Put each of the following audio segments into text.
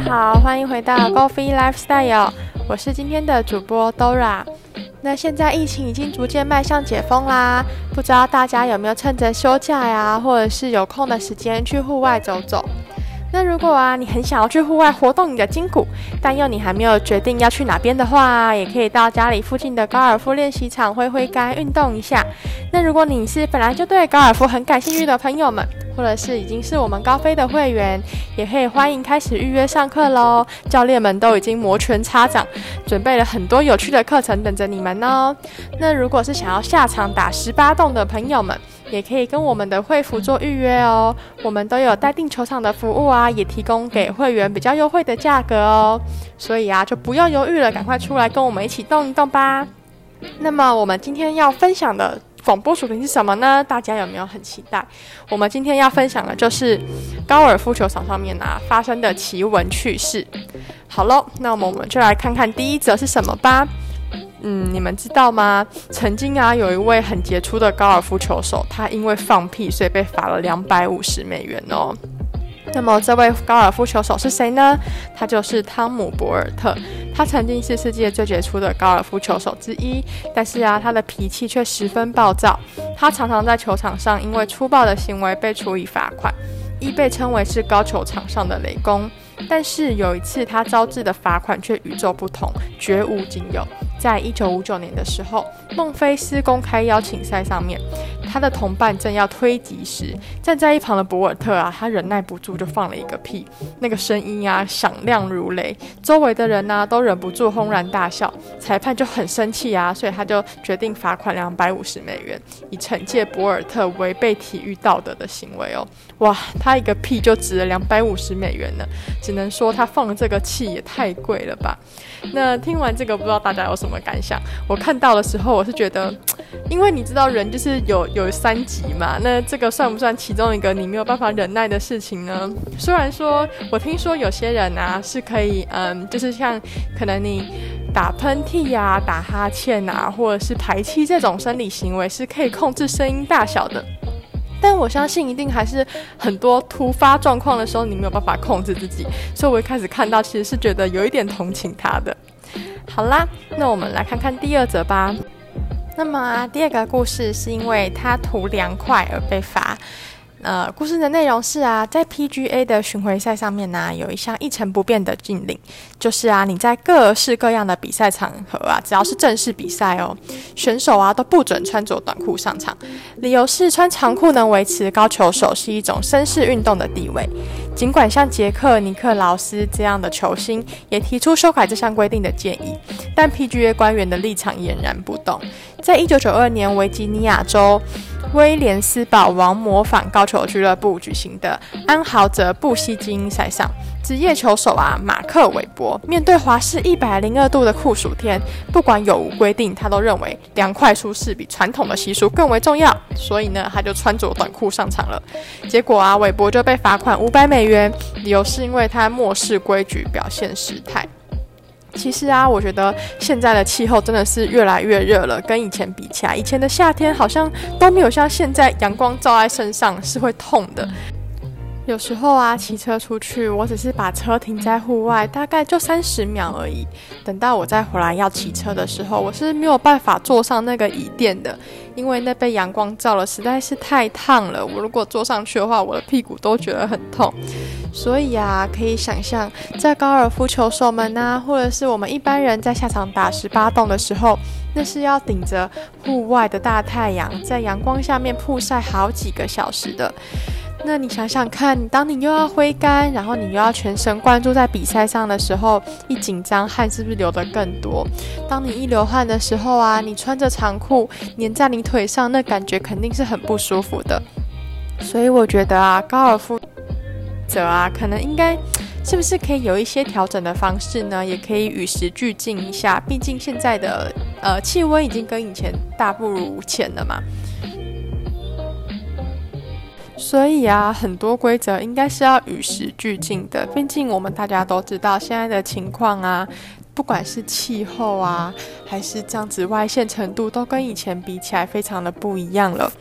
好，欢迎回到 Golfy Lifestyle， 我是今天的主播 Dora。那现在疫情已经逐渐迈向解封啦，不知道大家有没有趁着休假呀，或者是有空的时间去户外走走？那如果你很想要去户外活动你的筋骨，但又你还没有决定要去哪边的话，也可以到家里附近的高尔夫练习场挥挥杆运动一下。那如果你是本来就对高尔夫很感兴趣的朋友们，或者是已经是我们高飞的会员，也可以欢迎开始预约上课咯。教练们都已经摩拳擦掌，准备了很多有趣的课程等着你们哦。那如果是想要下场打18洞的朋友们，也可以跟我们的会服做预约哦，我们都有代订球场的服务啊，也提供给会员比较优惠的价格哦。所以就不要犹豫了，赶快出来跟我们一起动一动吧。那么我们今天要分享的广播主题是什么呢？大家有没有很期待？我们今天要分享的就是高尔夫球场上面发生的奇闻趣事。好咯，那么我们就来看看第一则是什么吧。你们知道吗？曾经有一位很杰出的高尔夫球手，他因为放屁，所以被罚了$250哦。那么这位高尔夫球手是谁呢？他就是汤姆·博尔特。他曾经是世界最杰出的高尔夫球手之一，但是他的脾气却十分暴躁。他常常在球场上因为粗暴的行为被处以罚款，亦被称为是高球场上的雷公。但是有一次他招致的罚款却与众不同，绝无仅有。在1959年的时候，孟菲斯公开邀请赛上面，他的同伴正要推击时，站在一旁的博尔特他忍耐不住就放了一个屁，那个声音响亮如雷，周围的人都忍不住轰然大笑。裁判就很生气所以他就决定罚款$250，以惩戒博尔特违背体育道德的行为哦。哇，他一个屁就值了$250呢，只能说他放的这个气也太贵了吧。那听完这个，不知道大家有什么感想？我看到的时候，我是觉得，因为你知道人就是有3级嘛，那这个算不算其中一个你没有办法忍耐的事情呢？虽然说我听说有些人是可以，就是像可能你打喷嚏打哈欠或者是排气这种生理行为是可以控制声音大小的。但我相信一定还是很多突发状况的时候你没有办法控制自己，所以我一开始看到其实是觉得有一点同情他的。好啦，那我们来看看第二则吧。那么第二个故事是因为他图凉快而被罚。故事的内容是在 PGA 的巡回赛上面有一项一成不变的禁令，就是你在各式各样的比赛场合只要是正式比赛选手都不准穿着短裤上场，理由是穿长裤能维持高球手是一种绅士运动的地位。尽管像杰克·尼克劳斯这样的球星也提出修改这项规定的建议，但 PGA 官员的立场俨然不动。在1992年维吉尼亚州威廉斯堡王模仿高球俱乐部举行的安豪泽布希精英赛上，职业球手马克韦伯面对华氏102度的酷暑天，不管有无规定，他都认为凉快舒适比传统的习俗更为重要，所以呢，他就穿着短裤上场了。结果韦伯就被罚款$500，理由是因为他漠视规矩，表现失态。其实我觉得现在的气候真的是越来越热了，跟以前比起来，以前的夏天好像都没有像现在阳光照在身上是会痛的。有时候骑车出去，我只是把车停在户外，大概就30秒而已。等到我再回来要骑车的时候，我是没有办法坐上那个椅垫的，因为那被阳光照了实在是太烫了。我如果坐上去的话，我的屁股都觉得很痛。所以可以想象，在高尔夫球手们或者是我们一般人在下场打18洞的时候，那是要顶着户外的大太阳，在阳光下面曝晒好几个小时的。那你想想看，当你又要挥杆，然后你又要全神贯注在比赛上的时候，一紧张汗是不是流得更多？当你一流汗的时候你穿着长裤粘在你腿上，那感觉肯定是很不舒服的。所以我觉得高尔夫者可能应该是不是可以有一些调整的方式呢？也可以与时俱进一下，毕竟现在的气温已经跟以前大不如前了嘛。所以很多规则应该是要与时俱进的，毕竟我们大家都知道现在的情况不管是气候还是这样紫外线程度，都跟以前比起来非常的不一样了。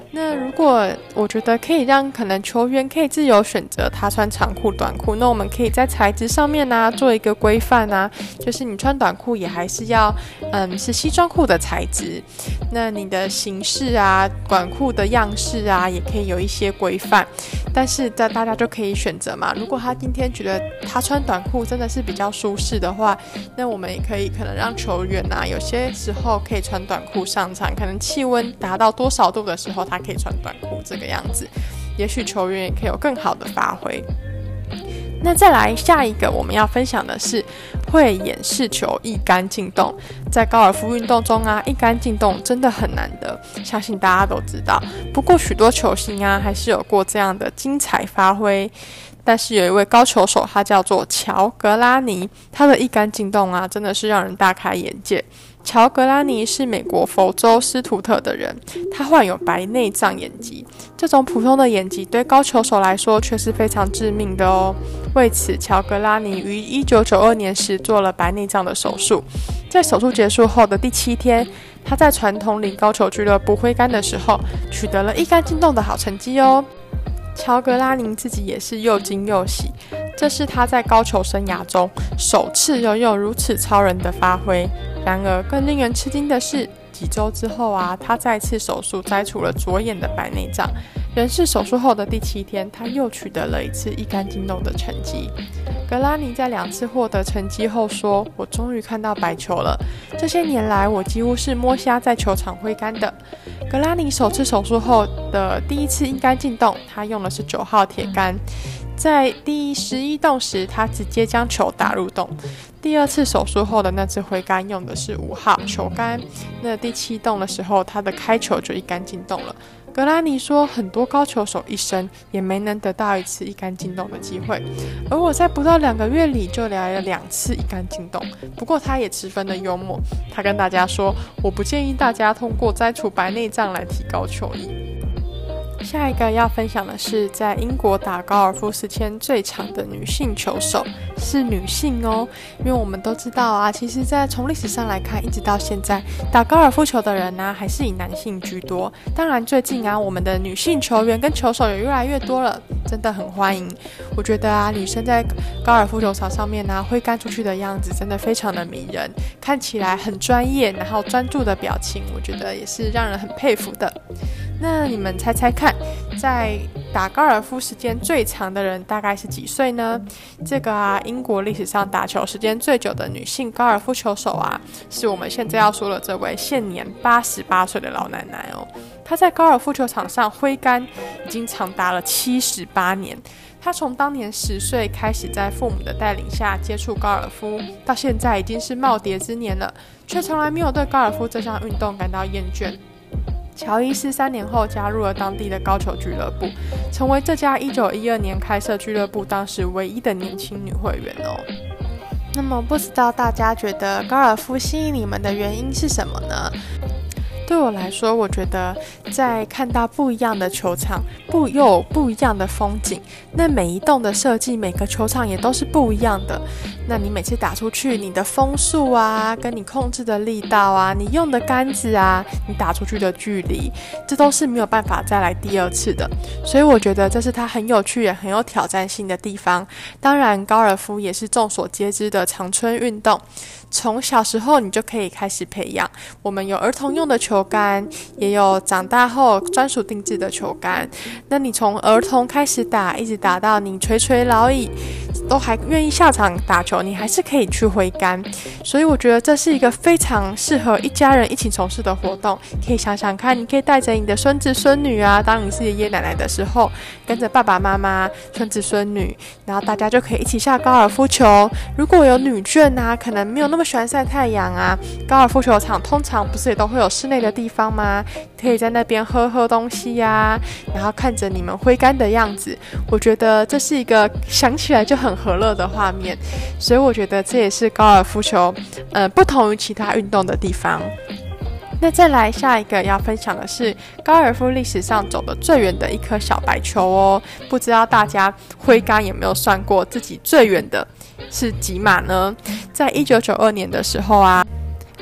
那如果我觉得可以让可能球员可以自由选择他穿长裤短裤，那我们可以在材质上面做一个规范就是你穿短裤也还是要是西装裤的材质，那你的形式短裤的样式也可以有一些规范，但是大家就可以选择嘛。如果他今天觉得他穿短裤真的是比较舒适的话，那我们也可能让球员有些时候可以穿短裤上场，可能气温达到多少度的时候他可以穿短裤这个样子，也许球员也可以有更好的发挥。那再来下一个我们要分享的是会掩饰球一杆进洞。在高尔夫运动中一杆进洞真的很难得，相信大家都知道。不过许多球星还是有过这样的精彩发挥。但是有一位高球手，他叫做乔格拉尼，他的一杆进洞真的是让人大开眼界。乔格拉尼是美国佛州斯图特的人，他患有白内障眼疾，这种普通的眼疾对高球手来说却是非常致命的哦。为此，乔格拉尼于1992年时做了白内障的手术。在手术结束后的第7天，他在传统领高球俱乐部挥杆的时候，取得了一杆进洞的好成绩哦。乔格拉尼自己也是又惊又喜，这是他在高球生涯中首次拥有如此超人的发挥。然而更令人吃惊的是，几周之后他再次手术摘除了左眼的白内障，仍是手术后的第7天，他又取得了一次一杆进洞的成绩。格拉尼在2次获得成绩后说，我终于看到白球了，这些年来我几乎是摸瞎在球场挥杆的。格拉尼首次手术后的第1次一杆进洞，他用的是9号铁杆，在第11洞时他直接将球打入洞。第2次手术后的那次挥杆用的是5号球杆，那第7洞的时候他的开球就一杆进洞了。格拉尼说，很多高球手一生也没能得到一次一杆进洞的机会，而我在不到2个月里就来了2次一杆进洞。不过他也十分的幽默，他跟大家说，我不建议大家通过摘除白内障来提高球艺。下一个要分享的是在英国打高尔夫时间最长的女性球手，是女性哦。因为我们都知道其实从历史上来看，一直到现在打高尔夫球的人还是以男性居多。当然最近我们的女性球员跟球手也越来越多了，真的很欢迎。我觉得女生在高尔夫球场上面挥杆出去的样子真的非常的迷人，看起来很专业，然后专注的表情，我觉得也是让人很佩服的。那你们猜猜看，在打高尔夫时间最长的人大概是几岁呢？这个英国历史上打球时间最久的女性高尔夫球手是我们现在要说的这位现年88岁的老奶奶哦。她在高尔夫球场上挥杆已经长达了78年。她从当年10岁开始在父母的带领下接触高尔夫，到现在已经是耄耋之年了，却从来没有对高尔夫这项运动感到厌倦。乔伊斯3年后加入了当地的高球俱乐部，成为这家1912年开设俱乐部当时唯一的年轻女会员哦。那么不知道大家觉得高尔夫吸引你们的原因是什么呢？对我来说，我觉得在看到不一样的球场，又有不一样的风景。那每一栋的设计，每个球场也都是不一样的。那你每次打出去，你的风速跟你控制的力道你用的杆子你打出去的距离，这都是没有办法再来第2次的。所以我觉得这是它很有趣也很有挑战性的地方。当然，高尔夫也是众所皆知的常春运动。从小时候你就可以开始培养，我们有儿童用的球杆，也有长大后专属定制的球杆。那你从儿童开始打，一直打到你垂垂老矣，都还愿意下场打球，你还是可以去挥杆。所以我觉得这是一个非常适合一家人一起从事的活动。可以想想看，你可以带着你的孙子孙女当你是爷爷奶奶的时候，跟着爸爸妈妈、孙子孙女，然后大家就可以一起下高尔夫球。如果有女眷可能没有那么喜欢晒太阳高尔夫球场通常不是也都会有室内的地方吗？可以在那边喝东西然后看着你们挥杆的样子，我觉得这是一个想起来就很和乐的画面。所以我觉得这也是高尔夫球不同于其他运动的地方。那再来下一个要分享的是高尔夫历史上走得最远的一颗小白球哦。不知道大家挥杆有没有算过自己最远的是几码呢？在1992年的时候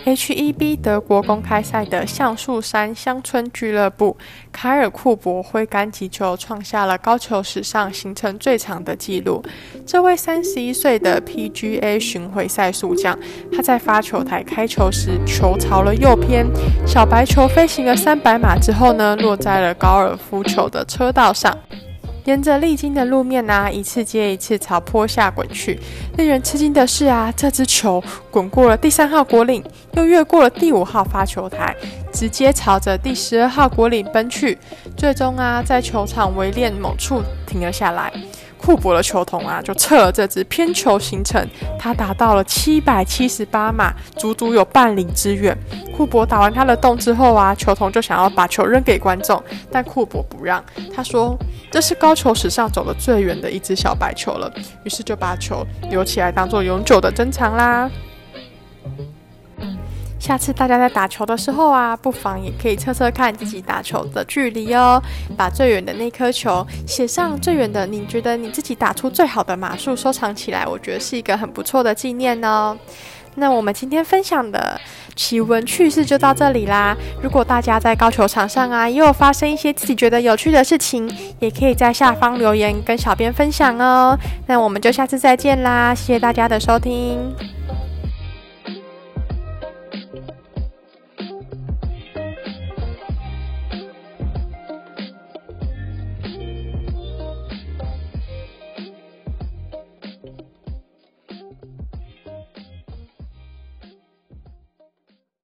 HEB 德国公开赛的橡树山乡村俱乐部，凯尔库珀挥杆击球创下了高球史上行程最长的纪录。这位31岁的 PGA 巡回赛速将，他在发球台开球时球朝了右偏，小白球飞行了300码之后呢，落在了高尔夫球的车道上。沿着沥青的路面一次接一次朝坡下滚去。令人吃惊的是这支球滚过了第3号果岭，又越过了第5号发球台，直接朝着第12号果岭奔去。最终在球场围练某处停了下来。库珀的球童就测了这支偏球行程，他达到了778码，足足有半里之远。库珀打完他的洞之后球童就想要把球扔给观众，但库珀不让，他说这是高球史上走得最远的一支小白球了，于是就把球留起来当做永久的珍藏啦。下次大家在打球的时候不妨也可以测测看自己打球的距离哦，把最远的那颗球写上最远的你觉得你自己打出最好的码数收藏起来，我觉得是一个很不错的纪念哦。那我们今天分享的奇闻趣事就到这里啦。如果大家在高球场上也有发生一些自己觉得有趣的事情，也可以在下方留言跟小编分享哦。那我们就下次再见啦，谢谢大家的收听。